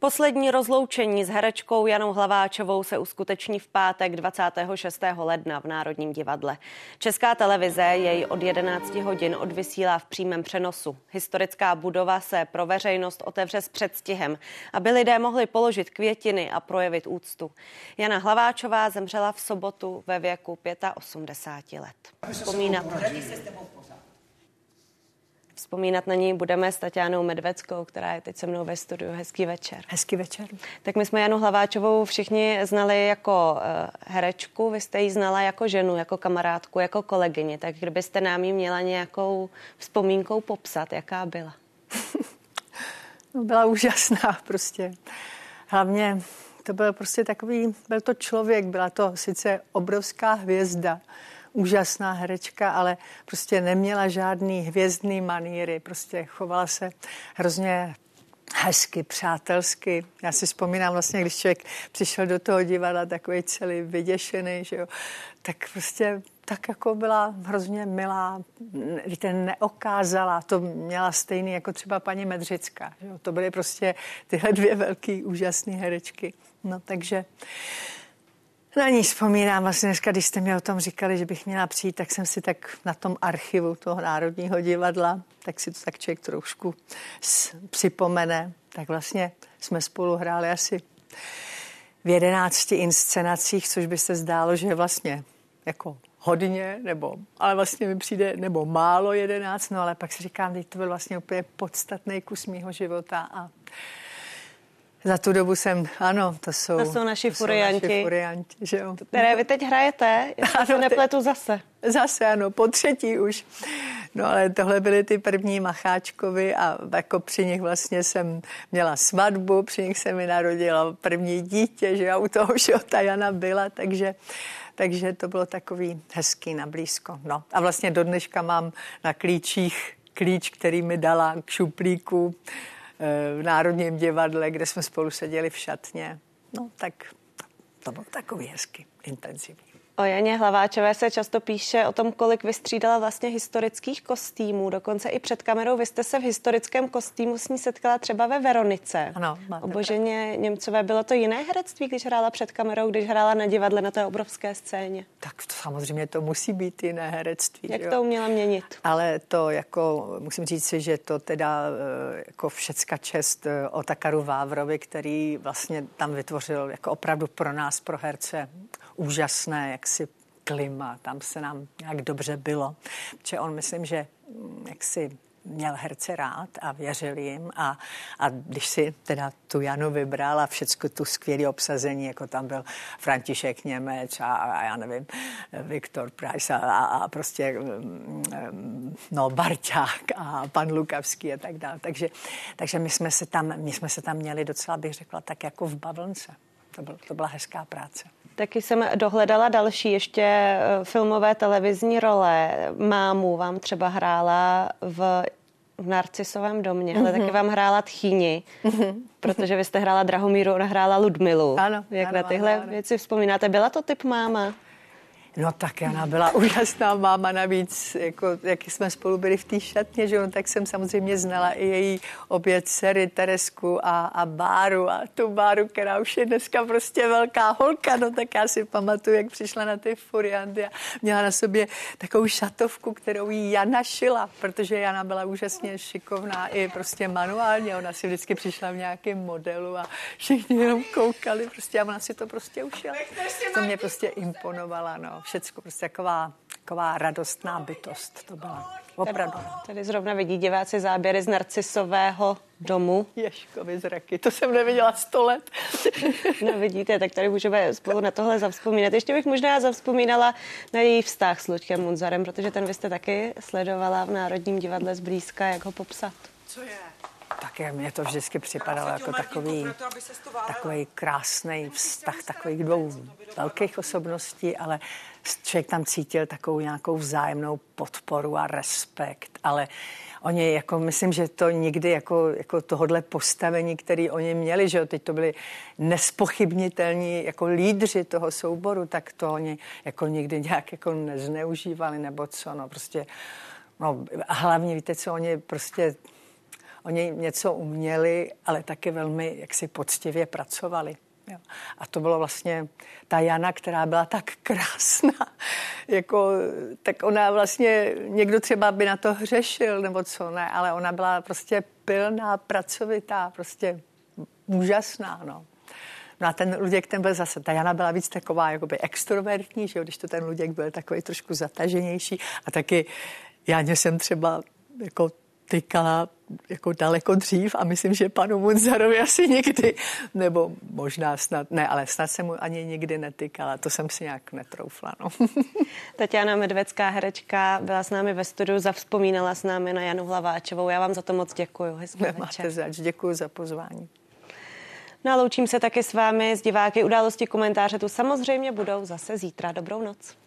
Poslední rozloučení s herečkou Janou Hlaváčovou se uskuteční v pátek 26. ledna v Národním divadle. Česká televize jej od 11 hodin odvysílá v přímém přenosu. Historická budova se pro veřejnost otevře s předstihem, aby lidé mohli položit květiny a projevit úctu. Jana Hlaváčová zemřela v sobotu ve věku 85 let. Vzpomínat na ní budeme s Taťánou Medveckou, která je teď se mnou ve studiu. Hezký večer. Hezký večer. Tak my jsme Janu Hlaváčovou všichni znali jako herečku, vy jste ji znala jako ženu, jako kamarádku, jako kolegyni. Tak kdybyste nám ji měla nějakou vzpomínkou popsat, jaká byla? No, byla úžasná prostě. Hlavně to byl prostě takový, byl to člověk, byla to sice obrovská hvězda, úžasná herečka, ale prostě neměla žádný hvězdný maníry, prostě chovala se hrozně hezky, přátelsky. Já si vzpomínám vlastně, když člověk přišel do toho divadla takový celý vyděšený, že jo, tak prostě tak jako byla hrozně milá, víte, neokázala, to měla stejný jako třeba paní Medřická, že jo, to byly prostě tyhle dvě velký úžasné herečky. No takže na ní vzpomínám vlastně dneska, když jste mi o tom říkali, že bych měla přijít, tak jsem si tak na tom archivu toho Národního divadla, tak si to tak člověk trošku připomene. Tak vlastně jsme spolu hráli asi v 11 inscenacích, což by se zdálo, že je vlastně jako hodně, ale vlastně mi přijde, nebo málo 11, no ale pak si říkám, že to byl vlastně úplně podstatný kus mýho života a za tu dobu jsem, ano, to jsou naši furianti, že jo. Které vy teď hrajete, já se nepletu zase. Zase, ano, po třetí už. No ale tohle byly ty první Macháčkovi a jako při nich vlastně jsem měla svatbu, při nich se mi narodila první dítě, že já u toho už ta Jana byla, takže to bylo takový hezký na blízko. No a vlastně do dneška mám na klíčích klíč, který mi dala k šuplíku v Národním divadle, kde jsme spolu seděli v šatně. No tak to bylo takový hezky, intenzivní. O Janě Hlaváčové se často píše o tom, kolik vystřídala vlastně historických kostýmů. Dokonce i před kamerou vy jste se v historickém kostýmu s ní setkala třeba ve Veronice. Ano, o Boženě Němcové. Bylo to jiné herectví, když hrála před kamerou, když hrála na divadle na té obrovské scéně? Tak to, samozřejmě to musí být jiné herectví. Jak to uměla měnit? Ale to jako, musím říct si, že to teda jako všecka čest Otakaru Vávrovi, který vlastně tam vytvořil jako opravdu pro nás, pro herce, úžasné jaksi klima, tam se nám nějak dobře bylo. Protože on, myslím, že jaksi měl herce rád a věřil jim a když si teda tu Janu vybral a všecko tu skvělé obsazení, jako tam byl František Němec a já nevím, Viktor Price a prostě no Barťák a pan Lukavský a tak dále. Takže my jsme se tam měli docela, bych řekla, tak jako v bavlnce. To byla hezká práce. Taky jsem dohledala další ještě filmové televizní role. Mámu vám třeba hrála v Narcisovém domě, ale taky vám hrála tchýni, protože vy jste hrála Drahomíru, ona hrála Ludmilu. Ano, jak ano, na tyhle věci vzpomínáte? Byla to typ máma? No tak Jana byla úžasná máma, navíc, jako, jak jsme spolu byli v té šatně, že on, tak jsem samozřejmě znala i její obě dcery, Teresku a Báru a tu Báru, která už je dneska prostě velká holka, no tak já si pamatuju, jak přišla na ty furianty a měla na sobě takovou šatovku, kterou jí Jana šila, protože Jana byla úžasně šikovná i prostě manuálně, ona si vždycky přišla v nějakém modelu a všichni jenom koukali prostě a ona si to prostě ušila. To mě prostě imponovala, no. Všecko prostě taková radostná bytost to byla. Opravdu. Tady zrovna vidí diváci záběry z Narcisového domu. Ježkovi zraky, to jsem neviděla 100 let. No vidíte, tak tady můžeme spolu na tohle zavzpomínat. Ještě bych možná zavzpomínala na její vztah s Luďkem Munzarem, protože ten vy jste taky sledovala v Národním divadle zblízka, jak ho popsat. Co je? Také mně to vždycky připadalo jako takový krásný vztah takových dvou velkých osobností, ale člověk tam cítil takovou nějakou vzájemnou podporu a respekt, ale oni, jako myslím, že to nikdy jako tohodle postavení, který oni měli, že jo, teď to byli nespochybnitelní jako lídři toho souboru, tak to oni jako nikdy nějak jako nezneužívali nebo co, no prostě, no hlavně víte co, Oni něco uměli, ale taky velmi jaksi poctivě pracovali. Jo. A to bylo vlastně ta Jana, která byla tak krásná, jako, tak ona vlastně, někdo třeba by na to hřešil, nebo co ne, ale ona byla prostě pilná, pracovitá, prostě úžasná, no. No a ten Luděk, ten byl zase, ta Jana byla víc taková jakoby extrovertní, že jo, když to ten Luděk byl takový trošku zataženější a taky Jáně jsem třeba jako tykala jako daleko dřív a myslím, že panu Munzarovi asi nikdy, nebo možná snad, ne, ale snad jsem mu ani nikdy netykala, to jsem si nějak netroufla, no. Tatiana Medvecká, herečka, byla s námi ve studiu, zavzpomínala s námi na Janu Hlaváčovou. Já vám za to moc děkuju. Hezký večer. Nemáte zač, děkuju za pozvání. No a loučím se taky s vámi, s diváky. Události, komentáře tu samozřejmě budou zase zítra. Dobrou noc.